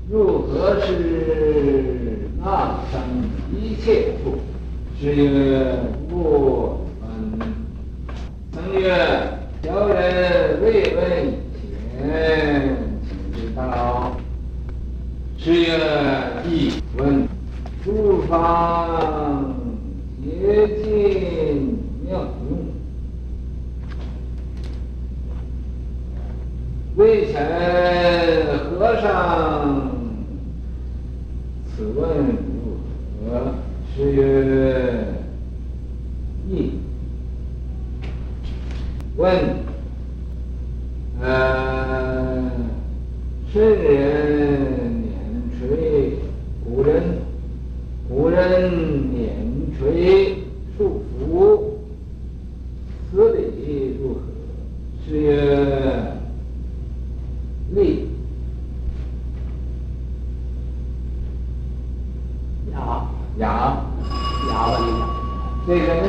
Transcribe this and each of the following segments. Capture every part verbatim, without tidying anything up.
如何是那生一切处？是曰无闻。僧曰：小人未闻以前，请知道。是曰：一闻诸方皆尽妙用，微臣和尚此问如何？是曰：一问呃圣人年垂，古人古人年垂束缚，此理如何？是曰：立。 哑哑哑巴的哑， 这个呢？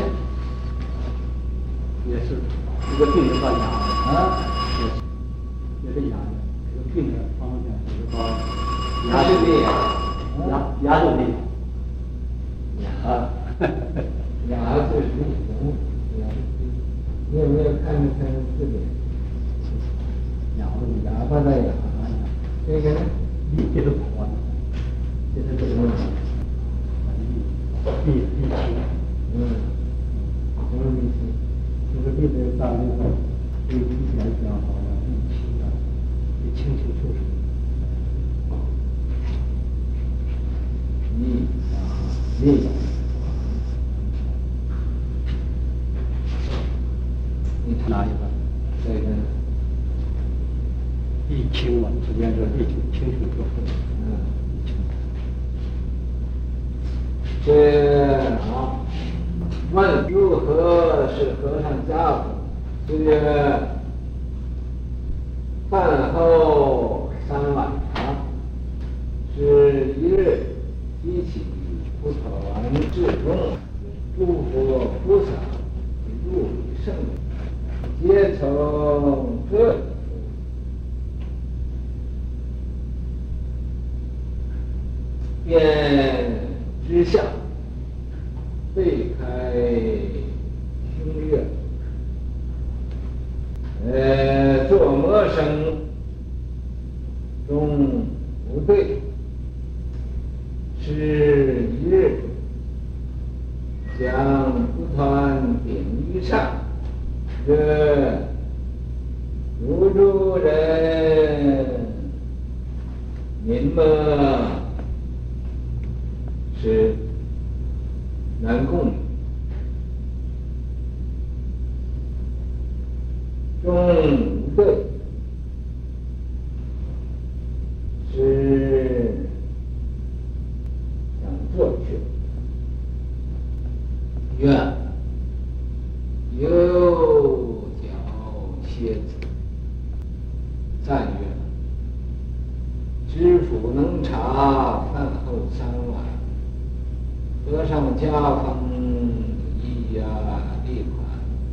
也是一个病人到哑的啊， 也是也是哑的，这个病人方面就是说牙是立呀， 牙牙就立牙牙就是立，牙你有没有看着看字典？ 哑巴的哑巴的哑，这个呢？ 立就是活的，这是这个立立立清， 嗯，什么立清？ 这个立的大部分对以前讲好了立清的，得清清楚楚。 立立。你哪一个？ 这个立清嘛，实际上就是立清清楚楚楚。 嗯，这好。问如何是和尚家风？是曰：饭后三碗茶，是一日提起不传至中，诸佛菩萨入理圣人，皆从这里便知下，背开听乐，呃，作魔声中不对，是一日将蒲团顶于上，这如主人民么是南供中对是想做去愿有脚蝎子赞曰：知府能查饭后三碗，和尚家风一呀立款，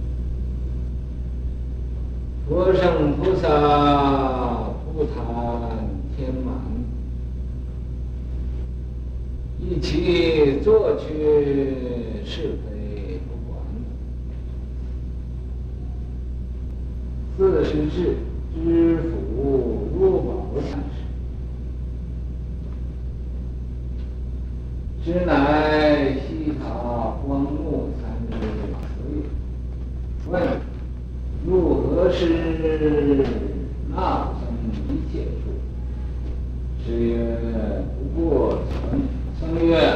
佛圣菩萨不谈天满，一起做去是非不管。四十是知府如宝三十，实乃西塔荒木三日所以。问如何是那生一切处？是曰：不过僧僧曰：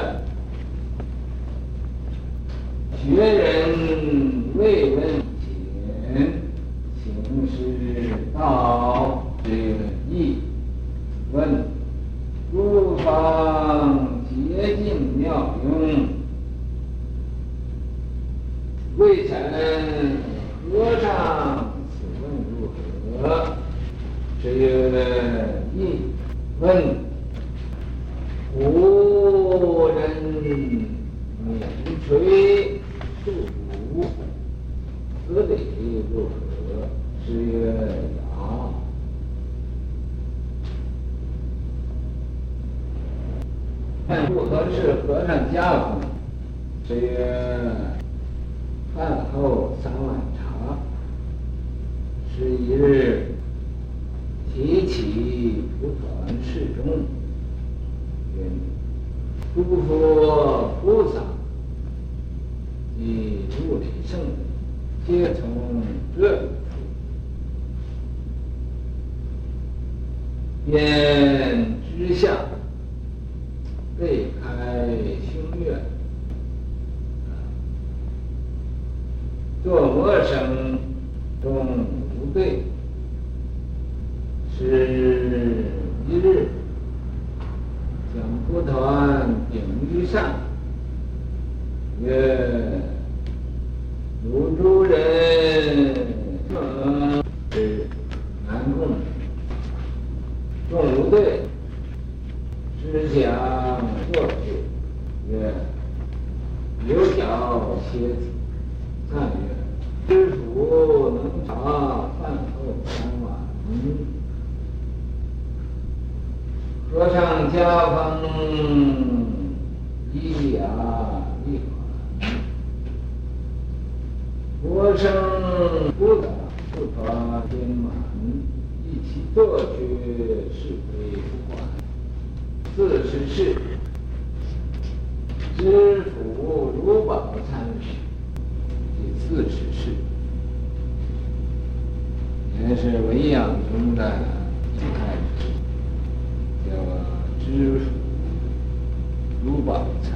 学人未闻前，请示道。是曰：一问诸方竭尽妙用，未曾和尚此问如何？是曰：一问古人免垂束缚，此理如何？是曰：雅。 如何是和尚家风？这个饭后三碗茶，是一日提起蒲团示众，云：诸佛菩萨及诸理圣人，皆从这处。便知下背开胸院，作陌生中无对，是一日将蒲团顶于上，曰：汝诸人呃是南共众无对，只想过去，曰：有条蝎子。赞曰：知府能茶饭后三碗。和尚家风一牙一环，国生不打不传颠满，一起作去是非不管。四十是知府如宝参事，第四十是也是维养中的一开始，叫知府如宝参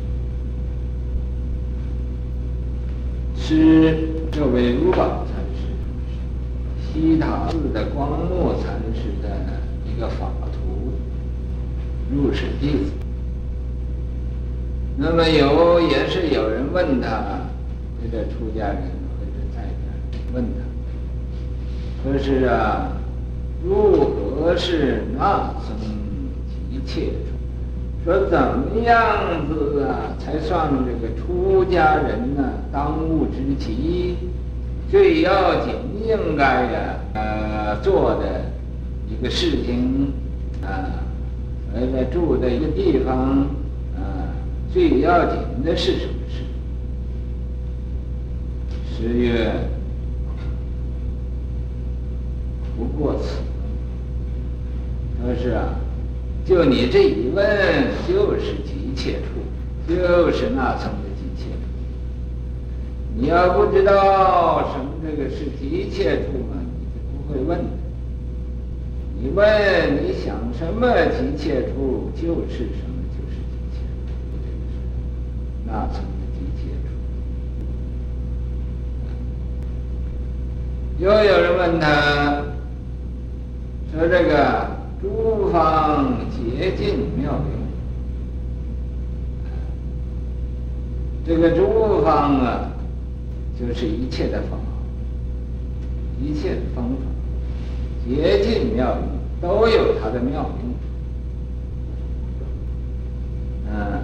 事。是这位如宝参事，西塔寺的光目禅师的一个法徒，入室弟子。那么有也是有人问他，这个出家人或者在家人问他，说是啊，如何是那僧急切处？说怎么样子啊，才算这个出家人呢、啊？当务之急，最要紧应该呀、啊，呃，做的一个事情啊，呃，在住的一个地方啊，最要紧的是什么事？十月不过此，说是啊。就你这一问，就是急切处，就是那层的急切处。你要不知道什么这个是急切处嘛，你就不会问的。你问你想什么急切处，就是什么就是急切处，这个是那层的急切处。又有人问他说这个诸方竭尽妙用，这个诸方啊，就是一切的法，一切的方法，竭尽妙用，都有它的妙用。嗯，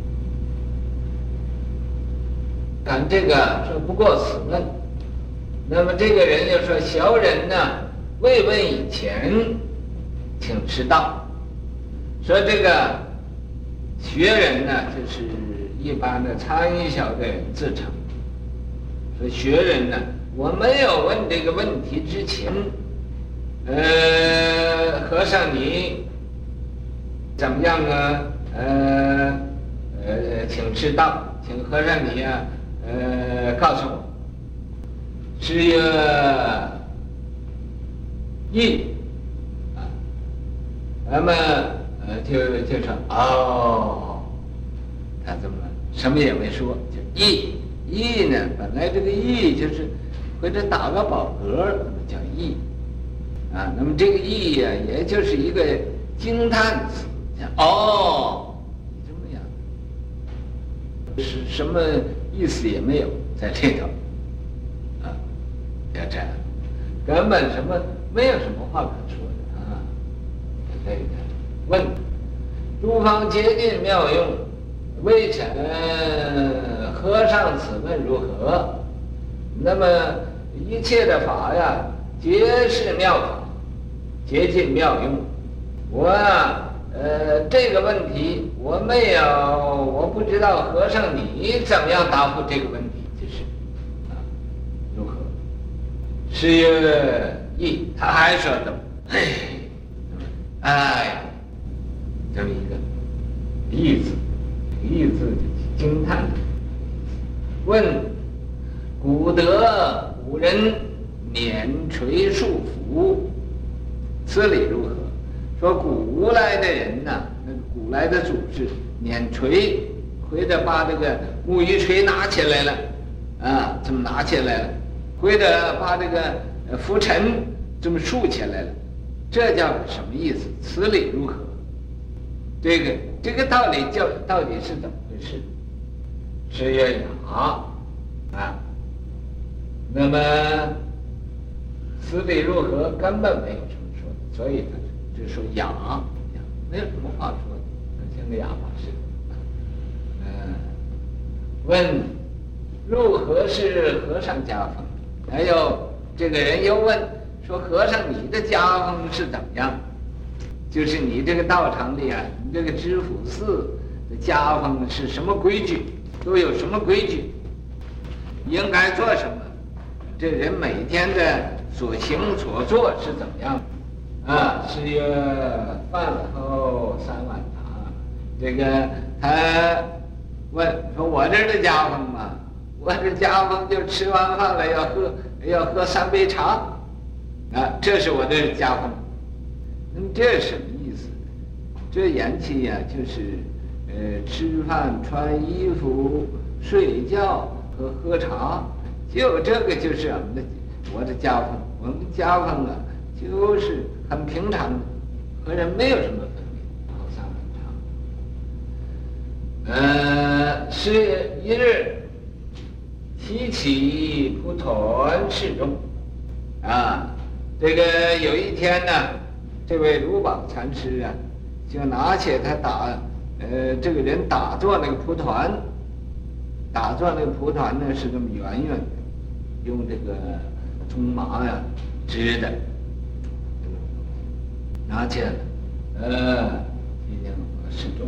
看这个说不过此问，那么这个人就说：小人呢，未问以前，请迟到。说这个学人呢，就是一般的参小的人自称。说学人呢，我没有问这个问题之前，呃，和尚你怎么样啊？呃呃，请迟到，请和尚你呀、啊，呃，告诉我，是曰义啊，那么。呃，就就说哦，他这么什么也没说，就义义呢，本来这个义就是或者打个饱嗝，那么叫义啊。那么这个义呀、啊，也就是一个惊叹词，讲哦，这么样，是什么意思也没有在这头啊，要这样，根本什么没有什么话可说的啊，这个。问：诸方竭尽妙用，微臣和尚此问如何？那么一切的法呀，皆是妙法，竭尽妙用。我啊， 呃，这个问题我没有，我不知道和尚你怎么样答复这个问题，就是啊，如何？是曰义，他还说的，哎，哎，这么一个义字，义字惊叹。问古德古人碾锤束缚，此理如何？说古来的人呐、啊，那个古来的祖师碾锤，或者把这个木鱼锤拿起来了，啊，这么拿起来了，或者把这个浮尘这么竖起来了，这叫什么意思？此理如何？这个这个道理叫到底是怎么回事？是曰雅啊，那么此理如何？根本没有什么说的，所以他就说雅，没有什么话说的，像个哑巴似的。嗯，问如何是和尚家风？还有这个人又问说：“和尚，你的家风是怎么样？就是你这个道场里啊，你这个知府寺的家风是什么规矩？都有什么规矩？应该做什么？这人每天的所行所做是怎么样？啊，是曰饭后三碗茶。这个他问说：我这儿的家风嘛，我这家风就吃完饭了要喝要喝三杯茶，啊，这是我的家风。那么这什么意思？这言其呀、啊，就是呃吃饭、穿衣服、睡觉和喝茶，就这个就是我们的我的家风。我们家风啊，就是很平常的，和人没有什么分别。好三碗茶。呃，是一日提起蒲团示众，啊，这个有一天呢，这位卢宝禅师啊，就拿起他打，呃，这个人打坐那个蒲团，打坐那个蒲团呢是这么圆圆的，用这个中麻呀织的，拿起来了，呃，一定示众，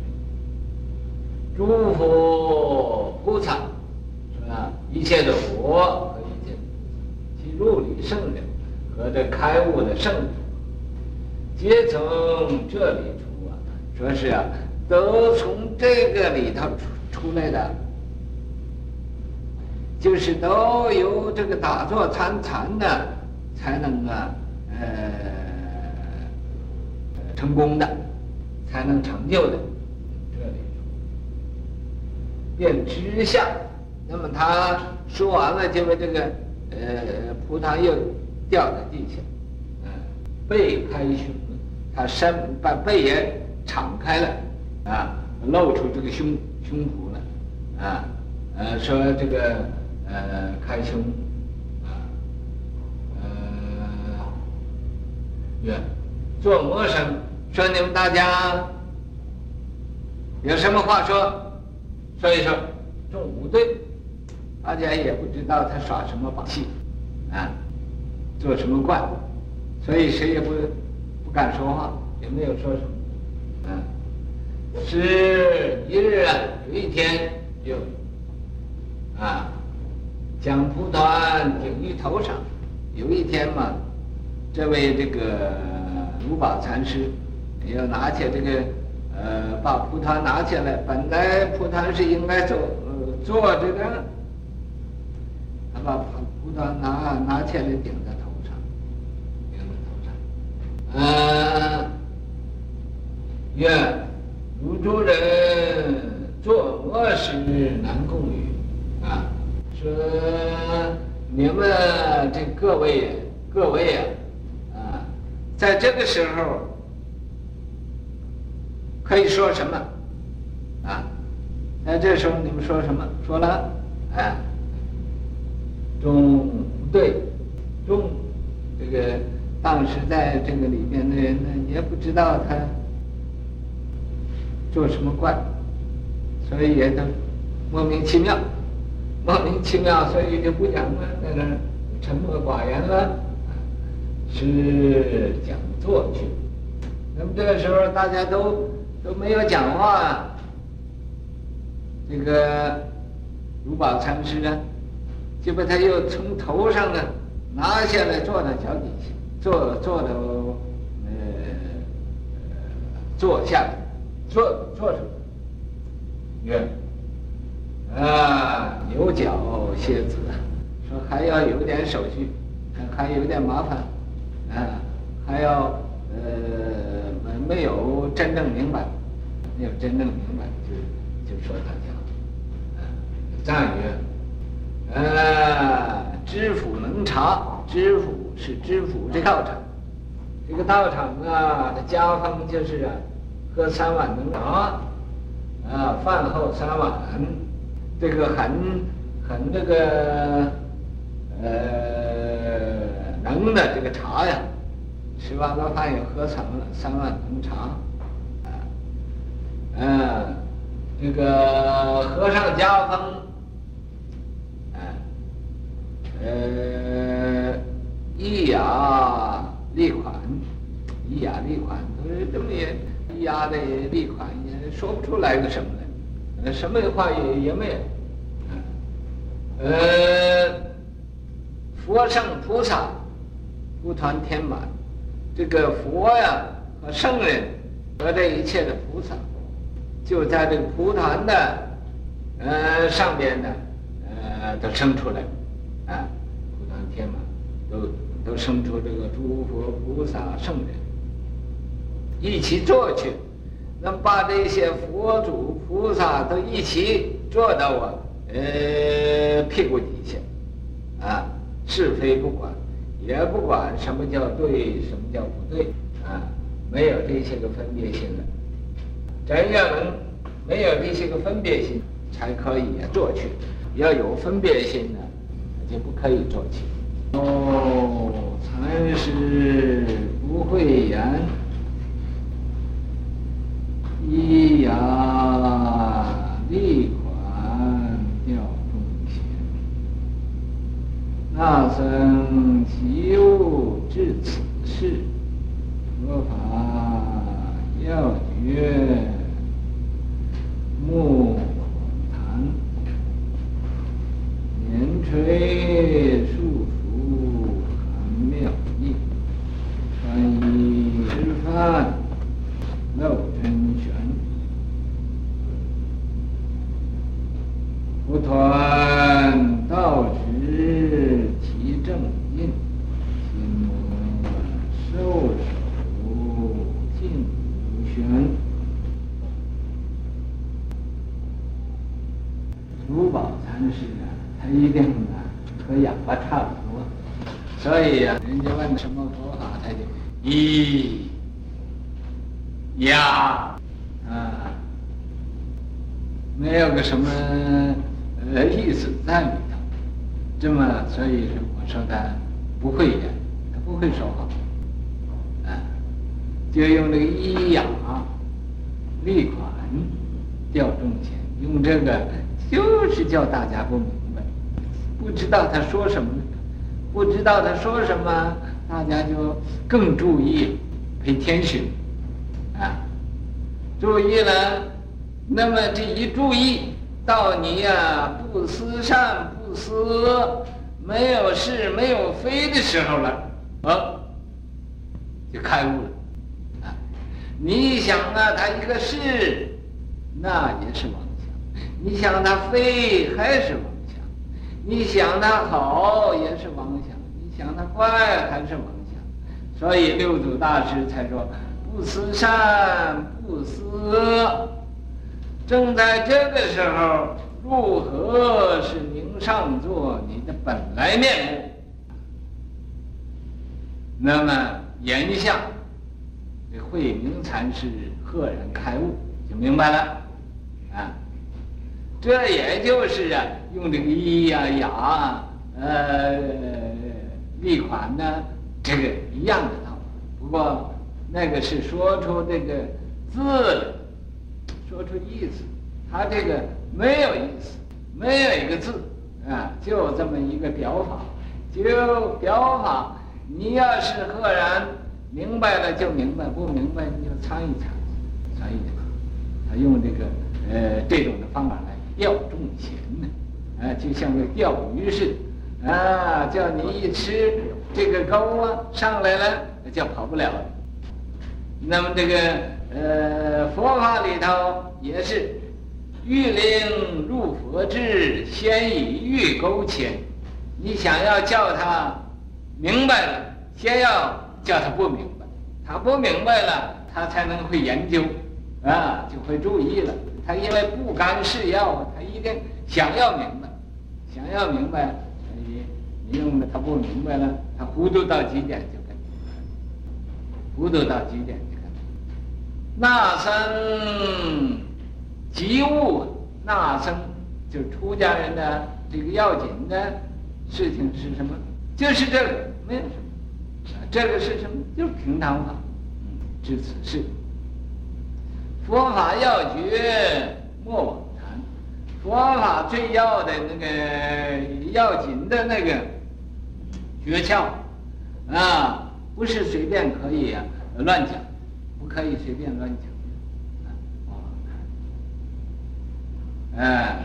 诸佛菩萨。啊，一切的佛和一切的其入理圣人和这开悟的圣人，皆从这里出啊，说是啊，都从这个里头出出来的，就是都由这个打坐参禅的才能啊，呃，成功的，才能成就的，这里便知相。那么他说完了，结果这个呃蒲团又掉在地下，嗯、呃，背开胸，他身把背也敞开了，啊，露出这个胸胸脯了，啊，呃，说这个呃开胸，啊，呃，愿做魔声，说你们大家有什么话说，说一说，众无对。大家也不知道他耍什么把戏，啊，做什么怪，所以谁也不不敢说话，也没有说什么。啊，是一日啊，有一天就啊，将蒲团顶于头上。有一天嘛，这位这个卢宝禅师要拿起这个呃，把蒲团拿起来，本来蒲团是应该坐呃坐着的。把蒲团拿拿起来顶在头上，顶在头上。呃，愿汝诸人作恶时难共语啊！说你们这各位各位啊，啊，在这个时候可以说什么啊？在这时候你们说什么？说了，哎。中对，中这个当时在这个里边的人呢，也不知道他做什么怪，所以也都莫名其妙，莫名其妙，所以就不讲了，在那沉默寡言了，是讲座去。 那么这个时候大家都都没有讲话，这个如宝禅师啊，就把他又从头上呢拿下来，坐到脚底下，坐坐到呃坐下来，坐坐着，约啊牛角蝎子，说还要有点手续，还有点麻烦，啊，还要呃没没有真正明白，没有真正明白，就就说大家，啊，赞曰，呃，知府能察，知府是知府这道场，这个道场啊，的家风就是啊，喝三碗能茶，啊，饭后三碗，这个很很这个呃能的这个茶呀，吃完了饭又喝三碗三碗能茶，啊，嗯，这个和尚家风，啊，呃，咿呀利款，咿呀利款，都是这么也咿呀的利款，也说不出来个什么来，呃，什么话也也没有，呃，佛圣菩萨，蒲团天满，这个佛呀和圣人和这一切的菩萨，就在这个蒲团的呃上边呢，呃都生出来，啊，蒲团天满，都都生出这个诸佛菩萨圣人，一起坐去，那么把这些佛祖菩萨都一起坐到我呃屁股底下，啊，是非不管，也不管什么叫对，什么叫不对，啊，没有这些个分别心了。怎样能没有这些个分别心，才可以做去？要有分别心呢，就不可以做去。哦，禅师不会言，咿呀利款调众贤，那僧习悟至此事，佛法要诀目谈，年垂数数含妙义，穿衣吃饭漏真玄，蒲团道直其正印，心魔受手尽无玄。如宝禅师啊，他一定啊和哑巴差不多，所以呀、啊，人家问什么佛法，他就咿呀啊，没有个什么呃意思在里头。这么，所以说我说他不会演，他不会说话，啊，就用这个咿呀利款调众贤，用这个。就是叫大家不明白，不知道他说什么，不知道他说什么，大家就更注意陪天学，啊，注意了，那么这一注意到你呀、啊、不思善不思恶，没有是没有非的时候了，啊，就开悟了，啊，你想啊，他一个是，那也是妄。你想他非还是妄想，你想他好也是妄想，你想他坏还是妄想，所以六祖大师才说不思善不思恶。正在这个时候，如何是明上座你的本来面目？那么言下，这慧明禅师赫然开悟，就明白了，啊。这也就是啊，用这个咿呀呀，呃，利款呢，这个一样的道理。不过那个是说出这个字来，说出意思，他这个没有意思，没有一个字啊，就这么一个表法，就表法。你要是赫然明白了就明白，不明白你就参与参与，参与参与。他用这个呃这种的方法来钓众贤呢，啊，就像个钓鱼似的，啊，叫你一吃这个钩啊上来了，就跑不了了。那么这个呃佛法里头也是，欲令入佛智，先以欲钩牵。你想要叫他明白了，先要叫他不明白，他不明白了，他才能会研究。啊，就会注意了。他因为不甘示要，他一定想要明白，想要明白，所以你用的他不明白了，他糊涂到极点就跟糊涂到极点就跟那生急务，那生就是出家人的这个要紧的事情是什么？就是这个，没有什么。这个是什么？就是平常法，嗯，知此事。佛法要诀莫妄谈，佛法最要的那个要紧的那个诀窍啊，不是随便可以啊乱讲，不可以随便乱讲啊，莫妄谈。哎，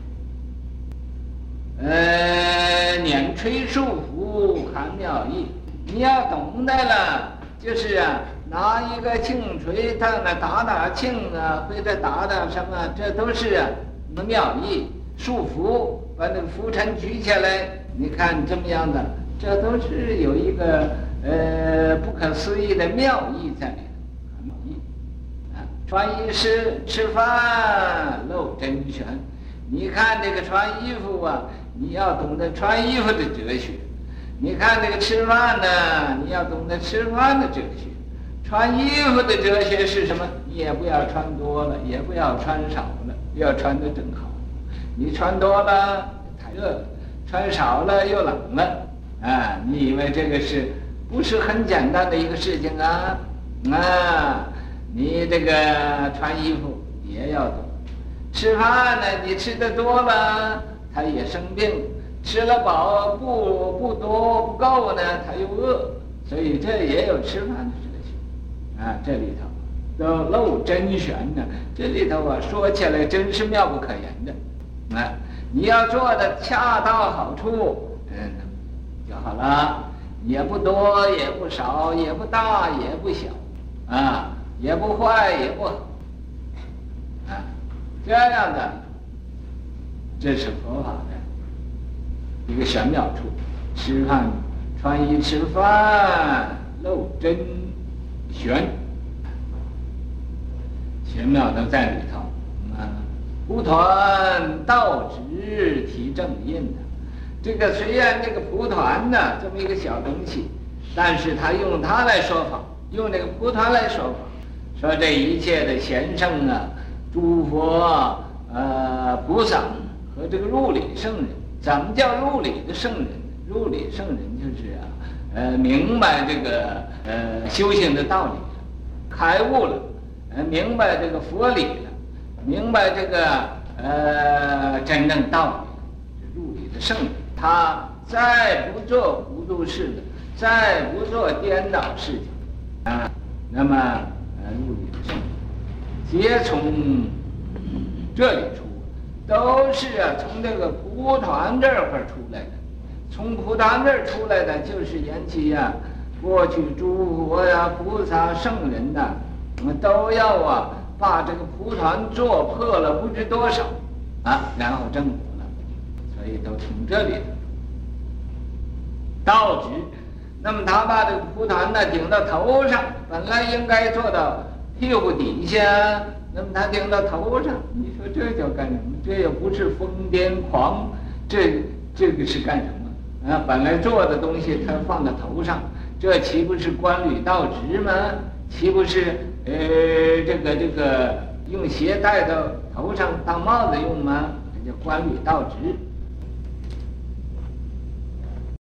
呃，捻吹束缚含妙义，你要懂得了，就是啊。拿一个磬锤，他那打打磬啊，或者打打什么，这都是啊什么妙意。束缚，把那个拂尘举起来，你看这么样的，这都是有一个呃不可思议的妙意在里头。妙意啊，穿衣时吃饭露真玄，你看这个穿衣服啊，你要懂得穿衣服的哲学；你看这个吃饭呢，你要懂得吃饭的哲学。穿衣服的哲学是什么？你也不要穿多了，也不要穿少了，要穿得正好。你穿多了太热了，穿少了又冷了，啊！你以为这个是不是很简单的一个事情啊？啊！你这个穿衣服也要懂。吃饭呢，你吃的多了，他也生病；吃了饱不不多不够呢，他又饿。所以这也有吃饭的事。啊，这里头都漏真玄呢。这里头啊，说起来真是妙不可言的。啊，你要做的恰到好处，嗯，就好了。也不多，也不少，也不大，也不小，啊，也不坏，也不好。啊，这样的，这是佛法的一个玄妙处。吃饭、穿衣、吃饭，漏真。玄玄妙都在里头啊！蒲团道直提正印的，这个虽然这个蒲团呢这么一个小东西，但是他用它来说法，用这个蒲团来说法，说这一切的贤圣啊、诸佛、呃菩萨和这个入理圣人，怎么叫入理的圣人？入理圣人就是啊，呃，明白这个呃修行的道理了，开悟了，呃，明白这个佛理了，明白这个呃真正道理了，入理的圣人，他再不做糊涂事的，再不做颠倒事情啊，那么呃入理的圣人，皆从这里出，都是啊从这个蒲团这块出来的。从蒲团这儿出来的，就是言其呀、啊，过去诸佛呀、菩萨、圣人呐、啊，我们都要啊，把这个蒲团做破了不知多少啊，然后证果了，所以都从这里道直。那么他把这个蒲团呢顶到头上，本来应该做到屁股底下，那么他顶到头上，你说这叫干什么？这也不是疯癫狂，这这个是干什么？啊，本来做的东西他放在头上，这岂不是观履道直吗？岂不是呃这个这个用鞋戴到头上当帽子用吗？这叫观履道直。